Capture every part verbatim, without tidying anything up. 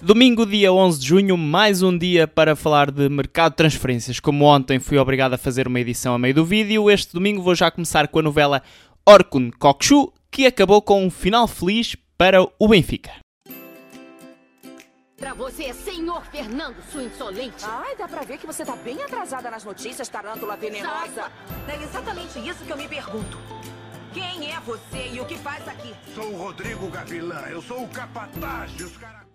Domingo, dia onze de junho, mais um dia para falar de mercado de transferências. Como ontem fui obrigado a fazer uma edição a meio do vídeo, este domingo vou já começar com a novela Orkun Kökçü, que acabou com um final feliz para o Benfica. Pra você, senhor Fernando, sua insolente. Ai, dá pra ver que você tá bem atrasada nas notícias, tarântula venenosa. É exatamente isso que eu me pergunto. Quem é você e o que faz aqui? Sou o Rodrigo Gavilã, eu sou o capataz dos caracóis.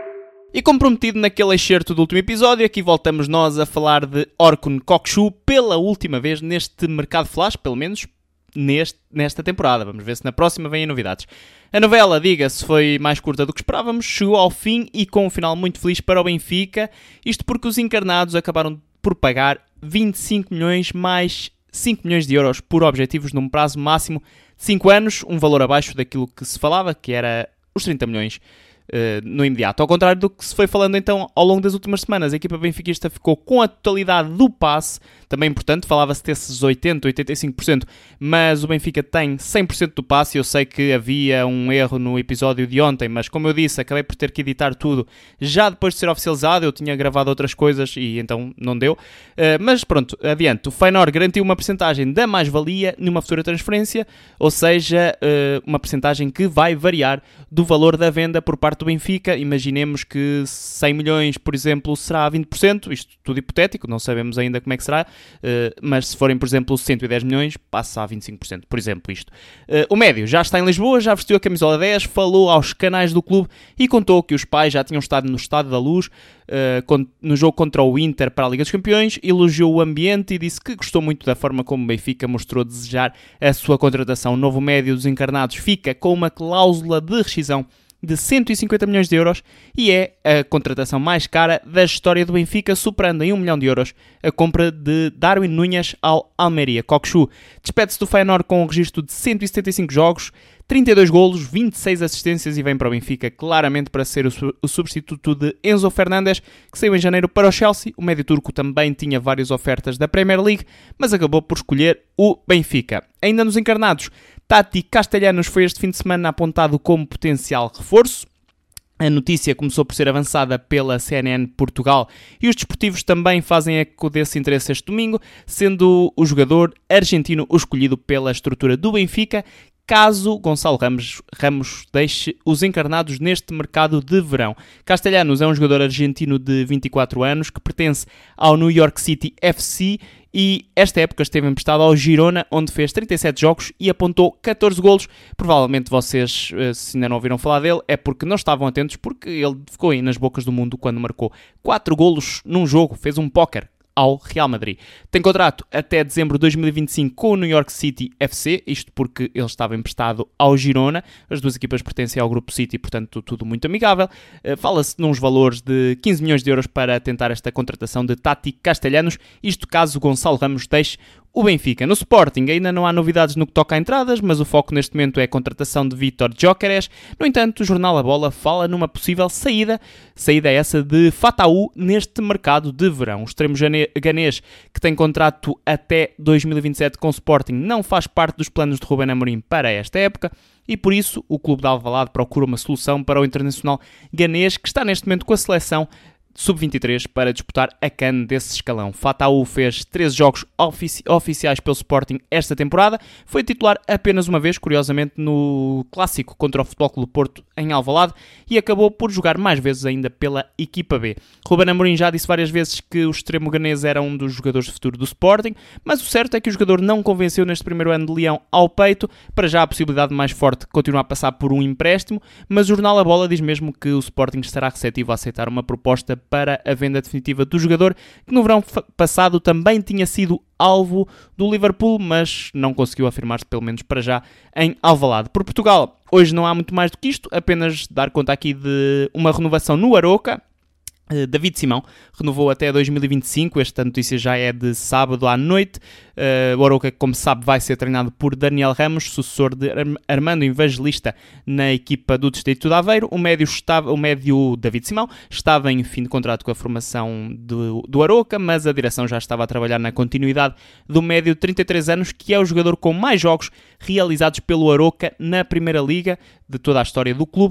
E como prometido naquele excerto do último episódio, aqui voltamos nós a falar de Orkun Kökçü pela última vez neste mercado flash, pelo menos neste, nesta temporada. Vamos ver se na próxima vêm novidades. A novela, diga-se, foi mais curta do que esperávamos, chegou ao fim e com um final muito feliz para o Benfica, isto porque os encarnados acabaram por pagar vinte e cinco milhões mais cinco milhões de euros por objetivos num prazo máximo de cinco anos, um valor abaixo daquilo que se falava, que era os trinta milhões uh, no imediato. Ao contrário do que se foi falando então ao longo das últimas semanas, a equipa benfiquista ficou com a totalidade do passe, também importante, falava-se desses oitenta, oitenta e cinco por cento, mas o Benfica tem cem por cento do passe. Eu sei que havia um erro no episódio de ontem, mas como eu disse, acabei por ter que editar tudo já depois de ser oficializado. Eu tinha gravado outras coisas e então não deu. Uh, mas pronto, adiante. O Feyenoord garantiu uma percentagem da mais-valia numa futura transferência, ou seja, uh, uma percentagem que vai variar do valor da venda por parte do Benfica. Imaginemos que cem milhões, por exemplo, será vinte por cento, isto tudo hipotético, não sabemos ainda como é que será. Uh, mas se forem, por exemplo, cento e dez milhões, passa a vinte e cinco por cento, por exemplo, isto. Uh, o médio já está em Lisboa, já vestiu a camisola dez, falou aos canais do clube e contou que os pais já tinham estado no Estádio da Luz, uh, no jogo contra o Inter para a Liga dos Campeões, elogiou o ambiente e disse que gostou muito da forma como o Benfica mostrou desejar a sua contratação. O novo médio dos encarnados fica com uma cláusula de rescisão de cento e cinquenta milhões de euros e é a contratação mais cara da história do Benfica, superando em um milhão de euros a compra de Darwin Núñez ao Almeria. Kökçü despede-se do Feyenoord com um registro de cento e setenta e cinco jogos, trinta e dois golos, vinte e seis assistências e vem para o Benfica claramente para ser o, su- o substituto de Enzo Fernandes, que saiu em janeiro para o Chelsea. O médio turco também tinha várias ofertas da Premier League, mas acabou por escolher o Benfica. Ainda nos encarnados, Tati Castellanos foi este fim de semana apontado como potencial reforço. A notícia começou por ser avançada pela C N N Portugal e os desportivos também fazem eco desse interesse este domingo, sendo o jogador argentino o escolhido pela estrutura do Benfica, caso Gonçalo Ramos, Ramos deixe os encarnados neste mercado de verão. Castellanos é um jogador argentino de vinte e quatro anos que pertence ao New York City F C e esta época esteve emprestado ao Girona, onde fez trinta e sete jogos e apontou catorze golos. Provavelmente vocês, se ainda não ouviram falar dele, é porque não estavam atentos, porque ele ficou aí nas bocas do mundo quando marcou quatro golos num jogo, fez um póquer ao Real Madrid. Tem contrato até dezembro de dois mil e vinte e cinco com o New York City F C, isto porque ele estava emprestado ao Girona. As duas equipas pertencem ao Grupo City, portanto tudo muito amigável. Uh, fala-se nos valores de quinze milhões de euros para tentar esta contratação de Tati Castellanos, isto caso Gonçalo Ramos deixe o Benfica. No Sporting ainda não há novidades no que toca a entradas, mas o foco neste momento é a contratação de Vítor Gyökeres. No entanto, o jornal A Bola fala numa possível saída, saída essa de Fataú neste mercado de verão. O extremo ganês, que tem contrato até dois mil e vinte e sete com o Sporting, não faz parte dos planos de Ruben Amorim para esta época e por isso o clube de Alvalade procura uma solução para o internacional ganês, que está neste momento com a seleção sub vinte e três para disputar a CAN desse escalão. Fataú fez treze jogos ofici- oficiais pelo Sporting esta temporada, foi titular apenas uma vez, curiosamente no clássico contra o Futebol Clube do Porto em Alvalade, e acabou por jogar mais vezes ainda pela equipa B. Ruben Amorim já disse várias vezes que o extremo ganês era um dos jogadores de futuro do Sporting, mas o certo é que o jogador não convenceu neste primeiro ano de Leão ao peito. Para já a possibilidade mais forte continua a passar por um empréstimo, mas o jornal A Bola diz mesmo que o Sporting estará receptivo a aceitar uma proposta para a venda definitiva do jogador, que no verão passado também tinha sido alvo do Liverpool, mas não conseguiu afirmar-se, pelo menos para já, em Alvalade. Por Portugal, hoje não há muito mais do que isto, apenas dar conta aqui de uma renovação no Aroca. Uh, David Simão renovou até dois mil e vinte e cinco, esta notícia já é de sábado à noite. Uh, o Aroca, como se sabe, vai ser treinado por Daniel Ramos, sucessor de Armando Evangelista na equipa do Distrito de Aveiro. O médio, estava, o médio David Simão estava em fim de contrato com a formação do, do Aroca, mas a direção já estava a trabalhar na continuidade do médio de trinta e três anos, que é o jogador com mais jogos realizados pelo Aroca na Primeira Liga de toda a história do clube.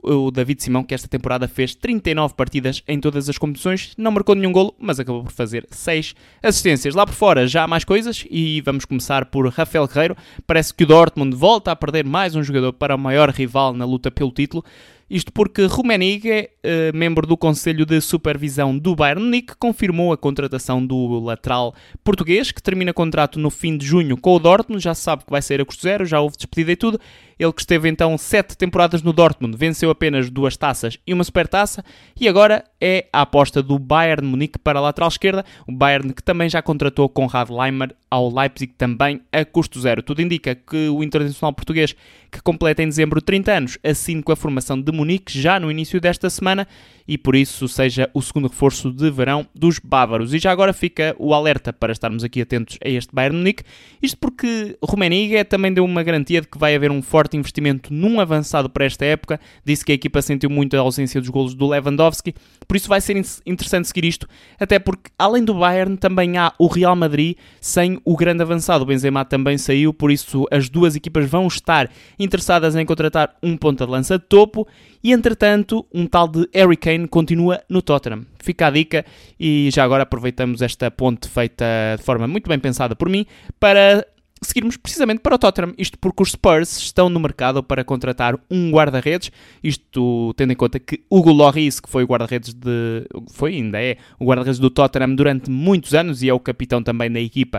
o David Simão, que esta temporada fez trinta e nove partidas em todas as competições, não marcou nenhum golo, mas acabou por fazer seis assistências. Lá por fora já há mais coisas e vamos começar por Rafael Guerreiro. Parece que o Dortmund volta a perder mais um jogador para o maior rival na luta pelo título. Isto porque Rummenigge, eh, membro do Conselho de Supervisão do Bayern Munique, confirmou a contratação do lateral português, que termina contrato no fim de junho com o Dortmund. Já se sabe que vai sair a custo zero, já houve despedida e tudo. Ele que esteve então sete temporadas no Dortmund, venceu apenas duas taças e uma supertaça, e agora é a aposta do Bayern Munique para a lateral esquerda. O Bayern que também já contratou Konrad Laimer ao Leipzig também a custo zero. Tudo indica que o internacional português, que completa em dezembro trinta anos, assine com a formação de Munique já no início desta semana, e por isso seja o segundo reforço de verão dos bávaros. E já agora fica o alerta para estarmos aqui atentos a este Bayern Munique, isto porque Rummenigge também deu uma garantia de que vai haver um forte investimento num avançado para esta época. Disse que a equipa sentiu muito a ausência dos golos do Lewandowski, por isso vai ser interessante seguir isto, até porque além do Bayern também há o Real Madrid sem o grande avançado. O Benzema também saiu, por isso as duas equipas vão estar interessadas em contratar um ponta de lança de topo, e entretanto um tal de Harry Kane continua no Tottenham. Fica a dica, e já agora aproveitamos esta ponte feita de forma muito bem pensada por mim para seguirmos precisamente para o Tottenham, isto porque os Spurs estão no mercado para contratar um guarda-redes, isto tendo em conta que Hugo Lloris, que foi o guarda-redes de... foi ainda é o guarda-redes do Tottenham durante muitos anos e é o capitão também da equipa,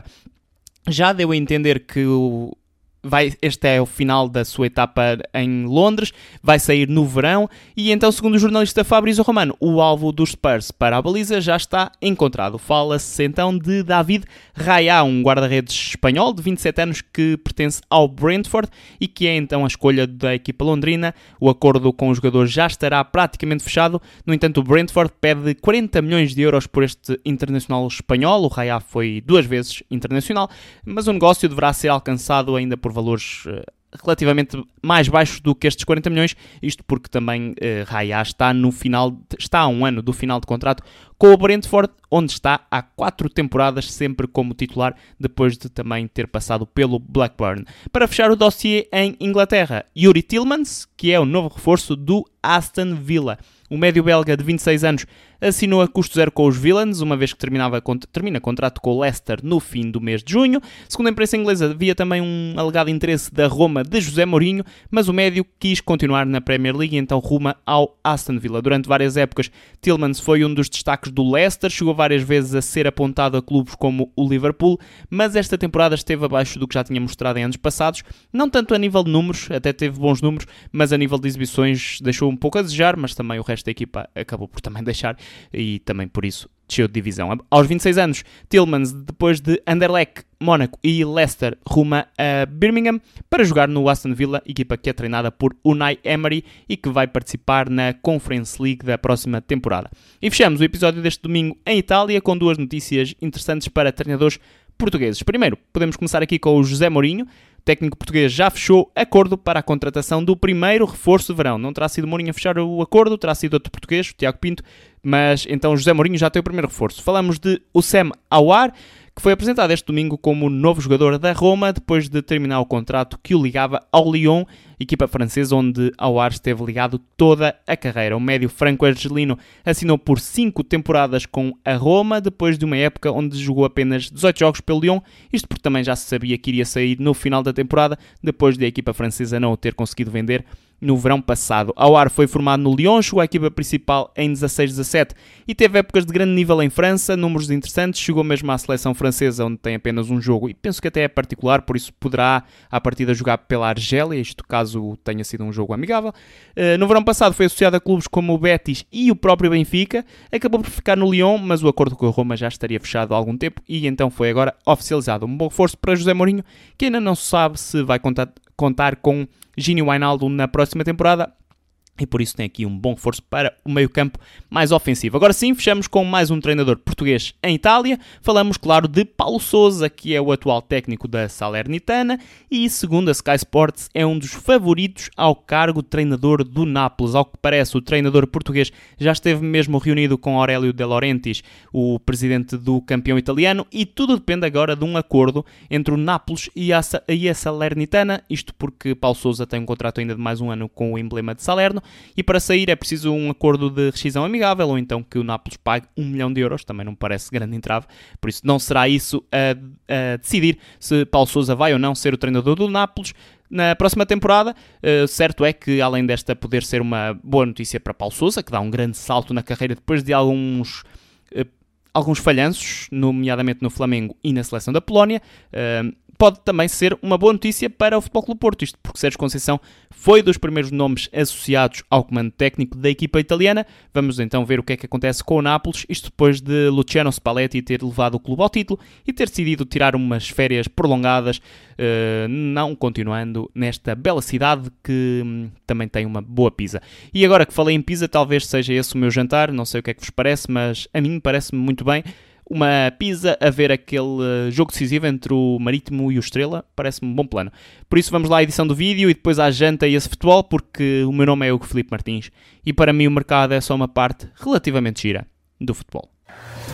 já deu a entender que o Vai, este é o final da sua etapa em Londres, vai sair no verão, e então, segundo o jornalista Fabrício Romano, o alvo dos Spurs para a baliza já está encontrado. Fala-se então de David Raya, um guarda-redes espanhol de vinte e sete anos que pertence ao Brentford e que é então a escolha da equipa londrina. O acordo com o jogador já estará praticamente fechado, no entanto o Brentford pede quarenta milhões de euros por este internacional espanhol. O Raya foi duas vezes internacional, mas o negócio deverá ser alcançado ainda por valores uh, relativamente mais baixos do que estes quarenta milhões, isto porque também uh, Raya está no final, está há um ano do final de contrato com o Brentford, onde está há quatro temporadas sempre como titular, depois de também ter passado pelo Blackburn. Para fechar o dossiê em Inglaterra, Yuri Tillmans, que é o novo reforço do Aston Villa. O médio belga de vinte e seis anos assinou a custo zero com os Villains, uma vez que terminava, termina contrato com o Leicester no fim do mês de junho. Segundo a imprensa inglesa, havia também um alegado interesse da Roma de José Mourinho, mas o médio quis continuar na Premier League e então ruma ao Aston Villa. Durante várias épocas, Tillmans foi um dos destaques do Leicester, chegou várias vezes a ser apontado a clubes como o Liverpool, mas esta temporada esteve abaixo do que já tinha mostrado em anos passados, não tanto a nível de números, até teve bons números, mas a nível de exibições deixou um pouco a desejar, mas também o resto da equipa acabou por também deixar, e também por isso desceu de divisão. Aos vinte e seis anos, Tillmans, depois de Anderlecht, Mónaco e Leicester, ruma a Birmingham para jogar no Aston Villa, equipa que é treinada por Unai Emery e que vai participar na Conference League da próxima temporada. E fechamos o episódio deste domingo em Itália com duas notícias interessantes para treinadores portugueses. Primeiro, podemos começar aqui com o José Mourinho. O técnico português já fechou acordo para a contratação do primeiro reforço de verão. Não terá sido Mourinho a fechar o acordo, terá sido outro português, o Tiago Pinto, mas então José Mourinho já tem o primeiro reforço. Falamos de Oussem Aouar, que foi apresentado este domingo como novo jogador da Roma, depois de terminar o contrato que o ligava ao Lyon, equipa francesa onde Aouar esteve ligado toda a carreira. O médio franco-argelino assinou por cinco temporadas com a Roma, depois de uma época onde jogou apenas dezoito jogos pelo Lyon, isto porque também já se sabia que iria sair no final da temporada, depois de a equipa francesa não o ter conseguido vender no verão passado. Aouar foi formado no Lyon, chegou à equipa principal em dezasseis dezassete e teve épocas de grande nível em França, números interessantes, chegou mesmo à seleção francesa onde tem apenas um jogo e penso que até é particular, por isso poderá à partida jogar pela Argélia, isto caso tenha sido um jogo amigável. No verão passado foi associado a clubes como o Betis e o próprio Benfica, acabou por ficar no Lyon, mas o acordo com a Roma já estaria fechado há algum tempo e então foi agora oficializado. Um bom reforço para José Mourinho, que ainda não se sabe se vai contar, contar com Gini Wijnaldum na próxima temporada e por isso tem aqui um bom reforço para o meio-campo mais ofensivo. Agora sim, fechamos com mais um treinador português em Itália. Falamos, claro, de Paulo Sousa, que é o atual técnico da Salernitana e, segundo a Sky Sports, é um dos favoritos ao cargo de treinador do Nápoles. Ao que parece, o treinador português já esteve mesmo reunido com Aurélio De Laurentiis, o presidente do campeão italiano, e tudo depende agora de um acordo entre o Nápoles e a, e a Salernitana, isto porque Paulo Sousa tem um contrato ainda de mais um ano com o emblema de Salerno, e para sair é preciso um acordo de rescisão amigável ou então que o Nápoles pague um milhão de euros, também não me parece grande entrave, por isso não será isso a, a decidir se Paulo Sousa vai ou não ser o treinador do Nápoles na próxima temporada. Uh, certo é que, além desta poder ser uma boa notícia para Paulo Sousa, que dá um grande salto na carreira depois de alguns, uh, alguns falhanços, nomeadamente no Flamengo e na seleção da Polónia, uh, pode também ser uma boa notícia para o Futebol Clube Porto, isto porque Sérgio Conceição foi dos primeiros nomes associados ao comando técnico da equipa italiana. Vamos então ver o que é que acontece com o Nápoles, isto depois de Luciano Spalletti ter levado o clube ao título e ter decidido tirar umas férias prolongadas, uh, não continuando nesta bela cidade que hum, também tem uma boa pizza. E agora que falei em pizza, talvez seja esse o meu jantar, não sei o que é que vos parece, mas a mim parece-me muito bem. Uma pizza a ver aquele jogo decisivo entre o Marítimo e o Estrela, parece-me um bom plano. Por isso vamos lá à edição do vídeo e depois à janta e esse futebol, porque o meu nome é Hugo Filipe Martins e para mim o mercado é só uma parte relativamente gira do futebol.